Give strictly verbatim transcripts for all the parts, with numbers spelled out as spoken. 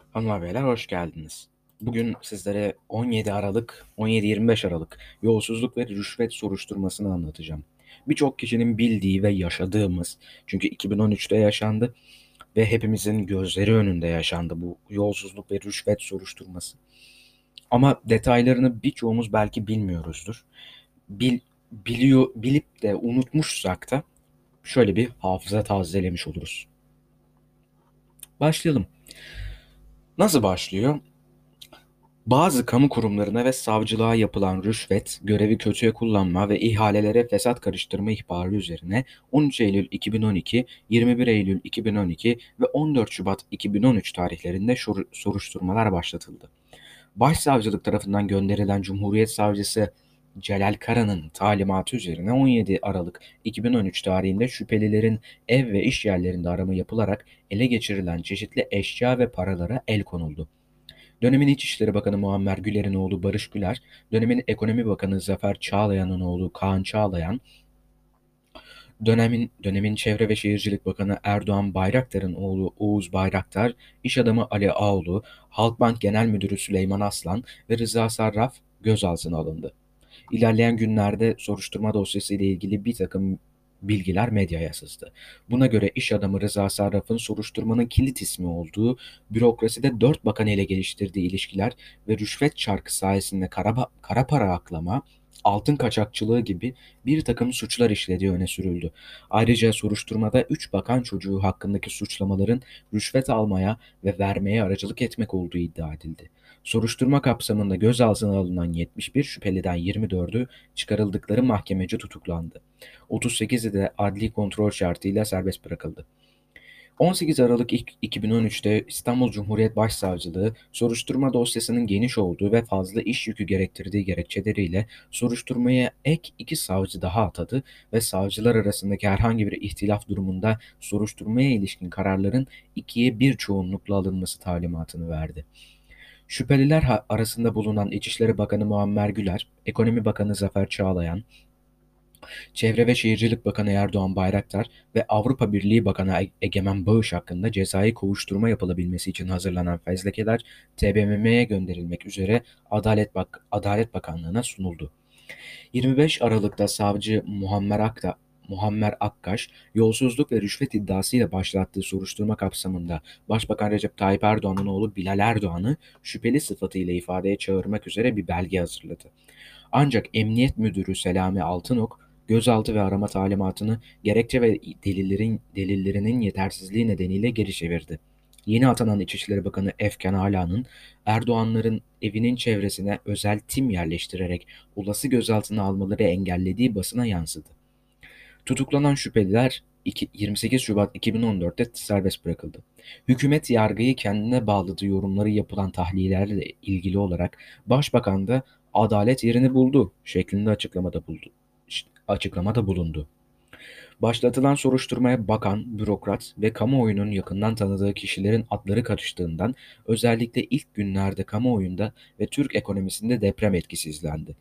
Hanımlar beyler hoş geldiniz. Bugün sizlere on yedi Aralık, on yedi yirmi beş Aralık yolsuzluk ve rüşvet soruşturmasını anlatacağım. Birçok kişinin bildiği ve yaşadığımız, çünkü iki bin on üçte yaşandı ve hepimizin gözleri önünde yaşandı bu yolsuzluk ve rüşvet soruşturması. Ama detaylarını birçoğumuz belki bilmiyoruzdur. Bil, biliyor, bilip de unutmuşsak da şöyle bir hafıza tazelemiş oluruz. Başlayalım. Nasıl başlıyor? Bazı kamu kurumlarına ve savcılığa yapılan rüşvet, görevi kötüye kullanma ve ihalelere fesat karıştırma ihbarı üzerine on üç Eylül iki bin on iki, yirmi bir Eylül iki bin on iki ve on dört Şubat iki bin on üç tarihlerinde soruşturmalar başlatıldı. Başsavcılık tarafından gönderilen Cumhuriyet Savcısı Celal Kara'nın talimatı üzerine on yedi Aralık iki bin on üç tarihinde şüphelilerin ev ve iş yerlerinde arama yapılarak ele geçirilen çeşitli eşya ve paralara el konuldu. Dönemin İçişleri Bakanı Muammer Güler'in oğlu Barış Güler, dönemin Ekonomi Bakanı Zafer Çağlayan'ın oğlu Kaan Çağlayan, dönemin dönemin Çevre ve Şehircilik Bakanı Erdoğan Bayraktar'ın oğlu Oğuz Bayraktar, iş adamı Ali Ağoğlu, Halkbank Genel Müdürü Süleyman Aslan ve Rıza Sarraf gözaltına alındı. İlerleyen günlerde soruşturma dosyası ile ilgili bir takım bilgiler medyaya sızdı. Buna göre iş adamı Rıza Sarraf'ın soruşturmanın kilit ismi olduğu, bürokraside dört bakan ile geliştirdiği ilişkiler ve rüşvet çarkı sayesinde kara, kara para aklama, altın kaçakçılığı gibi bir takım suçlar işlediği öne sürüldü. Ayrıca soruşturmada üç bakan çocuğu hakkındaki suçlamaların rüşvet almaya ve vermeye aracılık etmek olduğu iddia edildi. Soruşturma kapsamında gözaltına alınan yetmiş bir şüpheliden yirmi dördü çıkarıldıkları mahkemece tutuklandı. otuz sekizi de adli kontrol şartıyla serbest bırakıldı. on sekiz Aralık iki bin on üçte İstanbul Cumhuriyet Başsavcılığı, soruşturma dosyasının geniş olduğu ve fazla iş yükü gerektirdiği gerekçeleriyle soruşturmaya ek iki savcı daha atadı ve savcılar arasındaki herhangi bir ihtilaf durumunda soruşturmaya ilişkin kararların ikiye bir çoğunlukla alınması talimatını verdi. Şüpheliler arasında bulunan İçişleri Bakanı Muammer Güler, Ekonomi Bakanı Zafer Çağlayan, Çevre ve Şehircilik Bakanı Erdoğan Bayraktar ve Avrupa Birliği Bakanı Egemen Bağış hakkında cezai kovuşturma yapılabilmesi için hazırlanan fezlekeler T B M M'ye gönderilmek üzere Adalet, Bak Adalet Bakanlığı'na sunuldu. yirmi beş Aralık'ta savcı Muammer Akta Muammer Akkaş, yolsuzluk ve rüşvet iddiasıyla başlattığı soruşturma kapsamında Başbakan Recep Tayyip Erdoğan'ın oğlu Bilal Erdoğan'ı şüpheli sıfatıyla ifadeye çağırmak üzere bir belge hazırladı. Ancak Emniyet Müdürü Selami Altınok, gözaltı ve arama talimatını gerekçe ve delillerin delillerinin yetersizliği nedeniyle geri çevirdi. Yeni atanan İçişleri Bakanı Efkan Ala'nın Erdoğanların evinin çevresine özel tim yerleştirerek olası gözaltına almaları engellediği basına yansıdı. Tutuklanan şüpheliler yirmi sekiz Şubat iki bin on dörtte serbest bırakıldı. Hükümet yargıyı kendine bağladığı yorumları yapılan tahliyelerle ilgili olarak Başbakan da adalet yerini buldu şeklinde açıklamada buldu. açıklamada bulundu. Başlatılan soruşturmaya bakan, bürokrat ve kamuoyunun yakından tanıdığı kişilerin adları karıştığından özellikle ilk günlerde kamuoyunda ve Türk ekonomisinde deprem etkisi izlendi.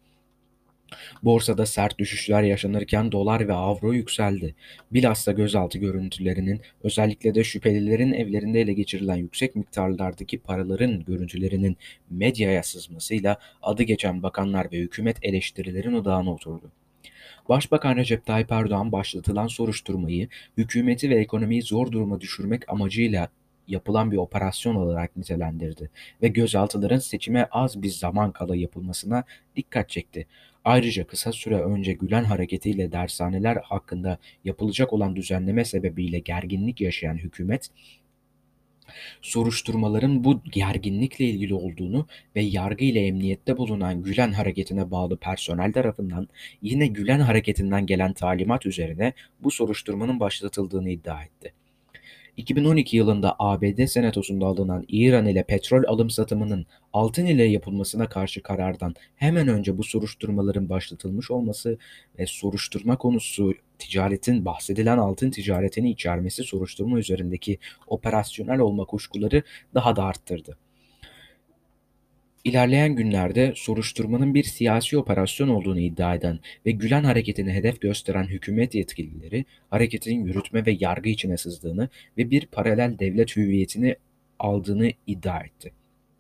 Borsada sert düşüşler yaşanırken dolar ve avro yükseldi. Bilhassa gözaltı görüntülerinin, özellikle de şüphelilerin evlerinde ele geçirilen yüksek miktarlardaki paraların görüntülerinin medyaya sızmasıyla adı geçen bakanlar ve hükümet eleştirilerin odağına oturdu. Başbakan Recep Tayyip Erdoğan başlatılan soruşturmayı hükümeti ve ekonomiyi zor duruma düşürmek amacıyla yapılan bir operasyon olarak nitelendirdi ve gözaltıların seçime az bir zaman kala yapılmasına dikkat çekti. Ayrıca kısa süre önce Gülen hareketiyle dershaneler hakkında yapılacak olan düzenleme sebebiyle gerginlik yaşayan hükümet, soruşturmaların bu gerginlikle ilgili olduğunu ve yargı ile emniyette bulunan Gülen hareketine bağlı personel tarafından yine Gülen hareketinden gelen talimat üzerine bu soruşturmanın başlatıldığını iddia etti. iki bin on iki yılında A B D Senatosu'nda alınan İran ile petrol alım satımının altın ile yapılmasına karşı karardan hemen önce bu soruşturmaların başlatılmış olması ve soruşturma konusu ticaretin bahsedilen altın ticaretini içermesi soruşturma üzerindeki operasyonel olma kuşkuları daha da arttırdı. İlerleyen günlerde soruşturmanın bir siyasi operasyon olduğunu iddia eden ve Gülen hareketini hedef gösteren hükümet yetkilileri, hareketin yürütme ve yargı içine sızdığını ve bir paralel devlet hüviyetini aldığını iddia etti.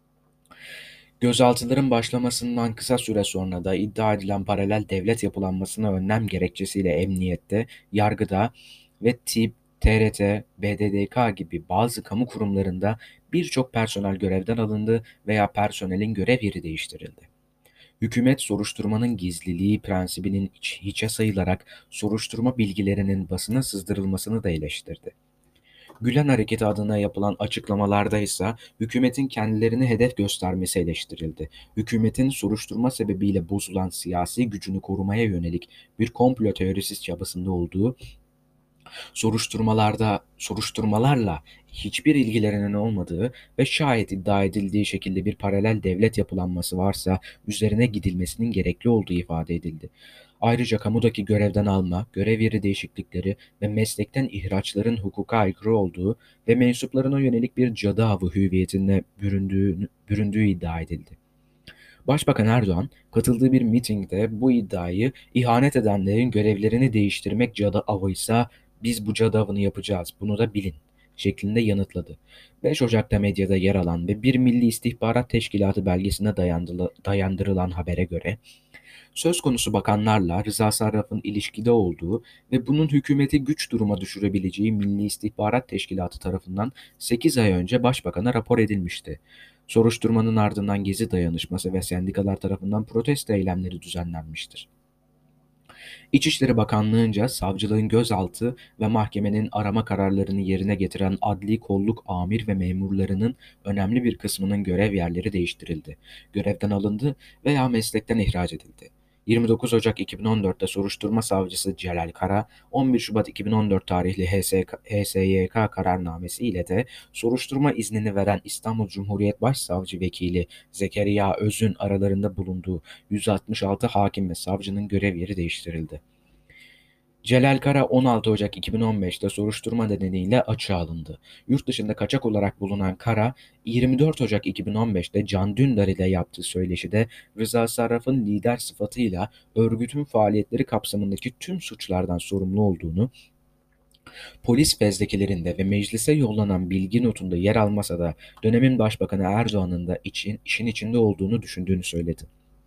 Gözaltıların başlamasından kısa süre sonra da iddia edilen paralel devlet yapılanmasına önlem gerekçesiyle emniyette, yargıda ve TİP, T R T, B D D K gibi bazı kamu kurumlarında birçok personel görevden alındı veya personelin görev yeri değiştirildi. Hükümet soruşturmanın gizliliği prensibinin hiç- hiçe sayılarak soruşturma bilgilerinin basına sızdırılmasını da eleştirdi. Gülen Hareketi adına yapılan açıklamalarda ise hükümetin kendilerini hedef göstermesi eleştirildi. Hükümetin soruşturma sebebiyle bozulan siyasi gücünü korumaya yönelik bir komplo teorisi çabasında olduğu, soruşturmalarda soruşturmalarla hiçbir ilgilerinin olmadığı ve şayet iddia edildiği şekilde bir paralel devlet yapılanması varsa üzerine gidilmesinin gerekli olduğu ifade edildi. Ayrıca kamudaki görevden alma, görev yeri değişiklikleri ve meslekten ihraçların hukuka aykırı olduğu ve mensuplarına yönelik bir cadı avı hüviyetine büründüğü, büründüğü iddia edildi. Başbakan Erdoğan katıldığı bir mitingde bu iddiayı ihanet edenlerin görevlerini değiştirmek cadı avıysa biz bu cadı avını yapacağız, bunu da bilin şeklinde yanıtladı. beş Ocak'ta medyada yer alan ve bir Milli İstihbarat Teşkilatı belgesine dayandırılan habere göre söz konusu bakanlarla Rıza Sarraf'ın ilişkide olduğu ve bunun hükümeti güç duruma düşürebileceği Milli İstihbarat Teşkilatı tarafından sekiz ay önce Başbakan'a rapor edilmişti. Soruşturmanın ardından Gezi dayanışması ve sendikalar tarafından protesto eylemleri düzenlenmiştir. İçişleri Bakanlığı'nca savcılığın gözaltı ve mahkemenin arama kararlarını yerine getiren adli kolluk amir ve memurlarının önemli bir kısmının görev yerleri değiştirildi, görevden alındı veya meslekten ihraç edildi. yirmi dokuz Ocak iki bin on dörtte soruşturma savcısı Celal Kara, on bir Şubat iki bin on dört tarihli H S K, H S Y K kararnamesi ile de soruşturma iznini veren İstanbul Cumhuriyet Başsavcı Vekili Zekeriya Öz'ün aralarında bulunduğu yüz altmış altı hakim ve savcının görev yeri değiştirildi. Celal Kara on altı Ocak iki bin on beşte soruşturma nedeniyle açığa alındı. Yurt dışında kaçak olarak bulunan Kara, yirmi dört Ocak iki bin on beşte Can Dündar ile yaptığı söyleşide Rıza Sarraf'ın lider sıfatıyla örgütün faaliyetleri kapsamındaki tüm suçlardan sorumlu olduğunu, polis fezlekelerinde ve meclise yollanan bilgi notunda yer almasa da dönemin Başbakanı Erdoğan'ın da için, işin içinde olduğunu düşündüğünü söyledi.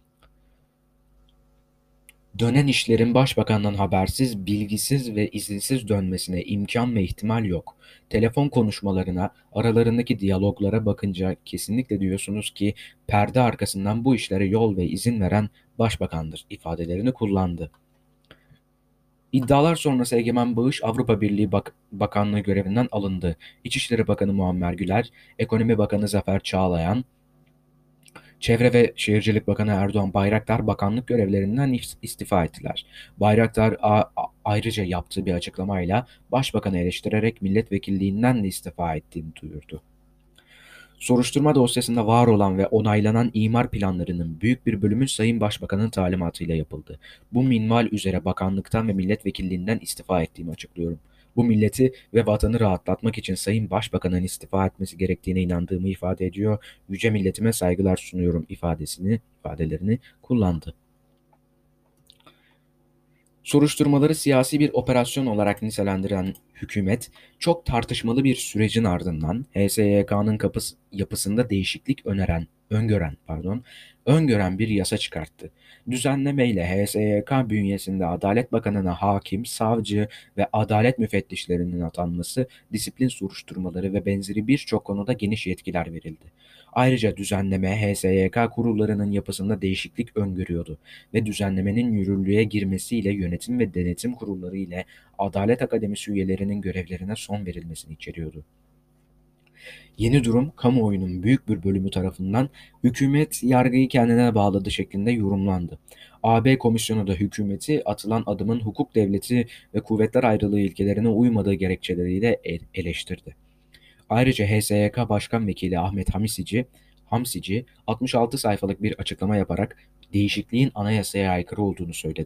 Dönen işlerin başbakandan habersiz, bilgisiz ve izinsiz dönmesine imkan ve ihtimal yok. Telefon konuşmalarına, aralarındaki diyaloglara bakınca kesinlikle diyorsunuz ki perde arkasından bu işlere yol ve izin veren başbakandır ifadelerini kullandı. İddialar sonrası Egemen Bağış Avrupa Birliği Bak Bakanlığı görevinden alındı. İçişleri Bakanı Muammer Güler, Ekonomi Bakanı Zafer Çağlayan, Çevre ve Şehircilik Bakanı Erdoğan Bayraktar bakanlık görevlerinden istifa ettiler. Bayraktar ayrıca yaptığı bir açıklamayla Başbakanı eleştirerek milletvekilliğinden de istifa ettiğini duyurdu. Soruşturma dosyasında var olan ve onaylanan imar planlarının büyük bir bölümü Sayın Başbakan'ın talimatıyla yapıldı. Bu minval üzere bakanlıktan ve milletvekilliğinden istifa ettiğimi açıklıyorum. Bu milleti ve vatanı rahatlatmak için Sayın Başbakan'ın istifa etmesi gerektiğine inandığımı ifade ediyor, yüce milletime saygılar sunuyorum ifadesini, ifadelerini kullandı. Soruşturmaları siyasi bir operasyon olarak nitelendiren hükümet, çok tartışmalı bir sürecin ardından H S Y K'nın kapısı, yapısında değişiklik öneren, öngören, pardon, öngören bir yasa çıkarttı. Düzenlemeyle H S Y K bünyesinde Adalet Bakanı'na hakim, savcı ve adalet müfettişlerinin atanması, disiplin soruşturmaları ve benzeri birçok konuda geniş yetkiler verildi. Ayrıca düzenleme H S Y K kurullarının yapısında değişiklik öngörüyordu ve düzenlemenin yürürlüğe girmesiyle yönetim ve denetim kurulları ile Adalet Akademisi üyelerinin görevlerine son verilmesini içeriyordu. Yeni durum, kamuoyunun büyük bir bölümü tarafından hükümet yargıyı kendine bağladı şeklinde yorumlandı. A B Komisyonu da hükümeti atılan adımın hukuk devleti ve kuvvetler ayrılığı ilkelerine uymadığı gerekçeleriyle eleştirdi. Ayrıca H S Y K Başkan Vekili Ahmet Hamsici, Hamsici altmış altı sayfalık bir açıklama yaparak değişikliğin anayasaya aykırı olduğunu söyledi.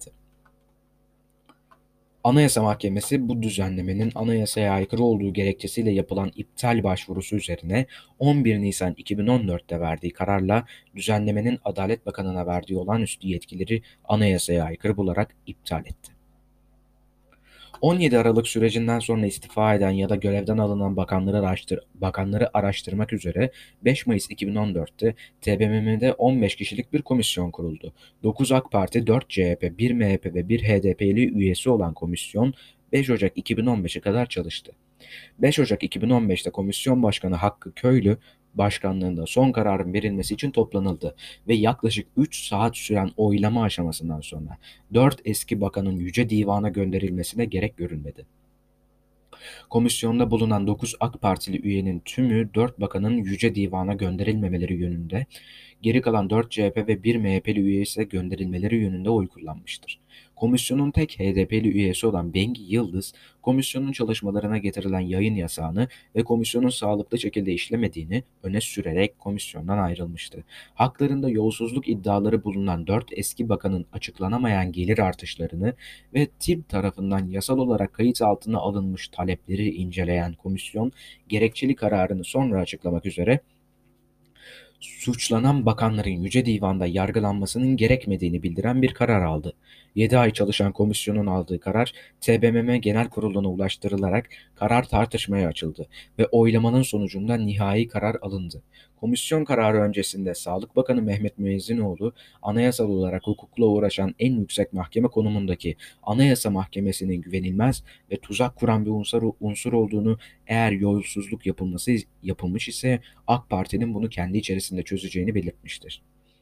Anayasa Mahkemesi bu düzenlemenin anayasaya aykırı olduğu gerekçesiyle yapılan iptal başvurusu üzerine on bir Nisan iki bin on dörtte verdiği kararla düzenlemenin Adalet Bakanı'na verdiği olağanüstü yetkileri anayasaya aykırı bularak iptal etti. on yedi Aralık sürecinden sonra istifa eden ya da görevden alınan bakanları, araştır bakanları araştırmak üzere beş Mayıs iki bin on dörtte T B M M'de on beş kişilik bir komisyon kuruldu. dokuz AK Parti, dört C H P, bir M H P ve bir H D P'li üyesi olan komisyon beş Ocak iki bin on beşe kadar çalıştı. beş Ocak iki bin on beşte Komisyon Başkanı Hakkı Köylü başkanlığında son kararın verilmesi için toplanıldı ve yaklaşık üç saat süren oylama aşamasından sonra dört eski bakanın Yüce Divan'a gönderilmesine gerek görülmedi. Komisyonda bulunan dokuz AK Partili üyenin tümü dört bakanın Yüce Divan'a gönderilmemeleri yönünde, geri kalan dört C H P ve bir M H P'li üye ise gönderilmeleri yönünde oy kullanmıştır. Komisyonun tek H D P'li üyesi olan Bengi Yıldız, komisyonun çalışmalarına getirilen yayın yasağını ve komisyonun sağlıklı şekilde işlemediğini öne sürerek komisyondan ayrılmıştı. Haklarında yolsuzluk iddiaları bulunan dört eski bakanın açıklanamayan gelir artışlarını ve TİB tarafından yasal olarak kayıt altına alınmış talepleri inceleyen komisyon, gerekçeli kararını sonra açıklamak üzere suçlanan bakanların Yüce Divan'da yargılanmasının gerekmediğini bildiren bir karar aldı. yedi ay çalışan komisyonun aldığı karar T B M M Genel Kurulu'na ulaştırılarak karar tartışmaya açıldı ve oylamanın sonucunda nihai karar alındı. Komisyon kararı öncesinde Sağlık Bakanı Mehmet Müezzinoğlu, anayasal olarak hukukla uğraşan en yüksek mahkeme konumundaki Anayasa Mahkemesi'nin güvenilmez ve tuzak kuran bir unsur, unsur olduğunu, eğer yolsuzluk yapılması yapılmış ise AK Parti'nin bunu kendi içerisinde çözeceğini belirtmiştir.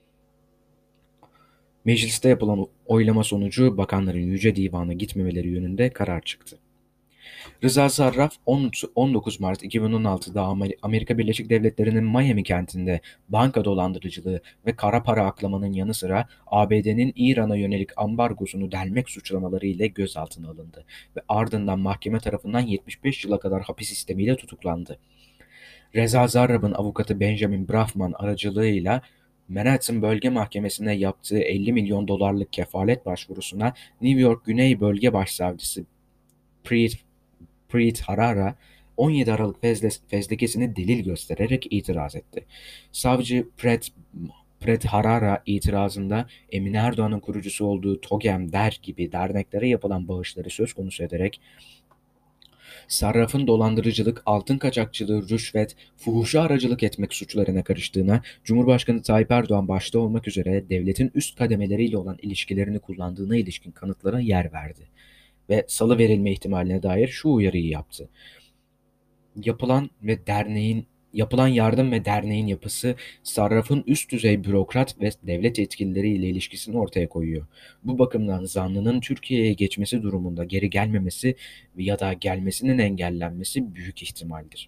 Mecliste yapılan oylama sonucu bakanların Yüce Divan'a gitmemeleri yönünde karar çıktı. Rıza Zarrab on dokuz Mart iki bin on altıda Amerika Birleşik Devletleri'nin Miami kentinde banka dolandırıcılığı ve kara para aklamanın yanı sıra A B D'nin İran'a yönelik ambargosunu delmek suçlamaları ile gözaltına alındı ve ardından mahkeme tarafından yetmiş beş yıla kadar hapis istemiyle tutuklandı. Reza Zarrab'ın avukatı Benjamin Brafman aracılığıyla Manhattan Bölge Mahkemesi'ne yaptığı elli milyon dolarlık kefalet başvurusuna New York Güney Bölge Başsavcısı Preet, Preet Harara on yedi Aralık fezlekesini delil göstererek itiraz etti. Savcı Preet, Preet Harara itirazında Emin Erdoğan'ın kurucusu olduğu TOGEM der gibi derneklere yapılan bağışları söz konusu ederek sarrafın dolandırıcılık, altın kaçakçılığı, rüşvet, fuhuşa aracılık etmek suçlarına karıştığına, Cumhurbaşkanı Tayyip Erdoğan başta olmak üzere devletin üst kademeleriyle olan ilişkilerini kullandığına ilişkin kanıtlara yer verdi ve salıverilme ihtimaline dair şu uyarıyı yaptı. Yapılan ve derneğin Yapılan yardım ve derneğin yapısı sarrafın üst düzey bürokrat ve devlet yetkilileri ile ilişkisini ortaya koyuyor. Bu bakımdan zanlının Türkiye'ye geçmesi durumunda geri gelmemesi ya da gelmesinin engellenmesi büyük ihtimaldir.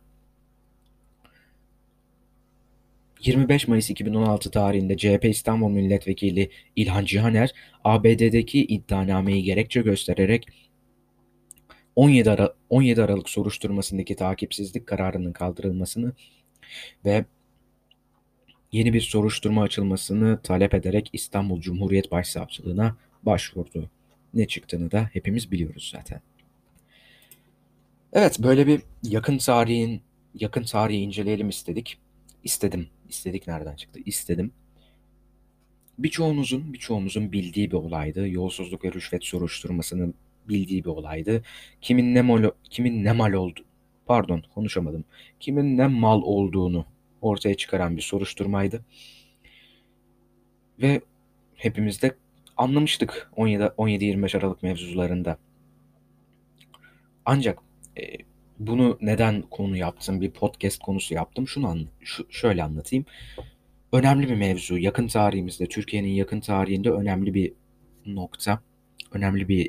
yirmi beş Mayıs iki bin on altı tarihinde C H P İstanbul Milletvekili İlhan Cihaner, A B D'deki iddianameyi gerekçe göstererek on yedi, Ara- on yedi Aralık soruşturmasındaki takipsizlik kararının kaldırılmasını ve yeni bir soruşturma açılmasını talep ederek İstanbul Cumhuriyet Başsavcılığına başvurdu. Ne çıktığını da hepimiz biliyoruz zaten. Evet, böyle bir yakın tarihin yakın tarihi inceleyelim istedik. İstedim. İstedik nereden çıktı? İstedim. Birçoğunuzun birçoğumuzun bildiği bir olaydı. Yolsuzluk ve rüşvet soruşturmasının bildiği bir olaydı. Kimin ne mal kimin ne mal oldu? Pardon, konuşamadım. Kimin ne mal olduğunu ortaya çıkaran bir soruşturmaydı. Ve hepimiz de anlamıştık on yedi yirmi beş Aralık mevzularında. Ancak e, bunu neden konu yaptım, bir podcast konusu yaptım? Şunu an, şu, şöyle anlatayım. Önemli bir mevzu. Yakın tarihimizde, Türkiye'nin yakın tarihinde önemli bir nokta, önemli bir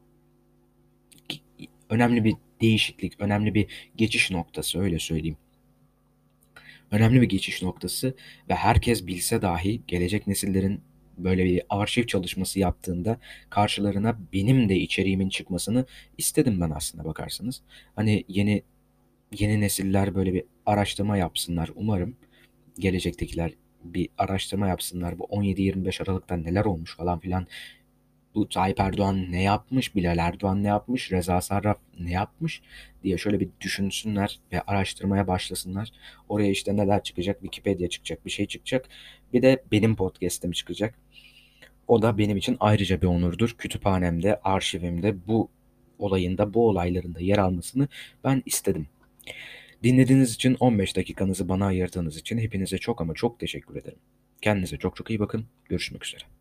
önemli bir değişiklik, önemli bir geçiş noktası, öyle söyleyeyim. Önemli bir geçiş noktası ve herkes bilse dahi gelecek nesillerin böyle bir arşiv çalışması yaptığında karşılarına benim de içeriğimin çıkmasını istedim ben aslında bakarsanız. Hani yeni yeni nesiller böyle bir araştırma yapsınlar umarım. Gelecektekiler bir araştırma yapsınlar. Bu on yedi yirmi beş Aralık'ta neler olmuş falan filan. Bu Tayyip Erdoğan ne yapmış, Bilal Erdoğan ne yapmış, Reza Sarraf ne yapmış diye şöyle bir düşünsünler ve araştırmaya başlasınlar. Oraya işte neler çıkacak, Wikipedia çıkacak, bir şey çıkacak. Bir de benim podcast'im çıkacak. O da benim için ayrıca bir onurdur. Kütüphanemde, arşivimde bu olayında, bu olaylarında yer almasını ben istedim. Dinlediğiniz için, on beş dakikanızı bana ayırdığınız için hepinize çok ama çok teşekkür ederim. Kendinize çok çok iyi bakın. Görüşmek üzere.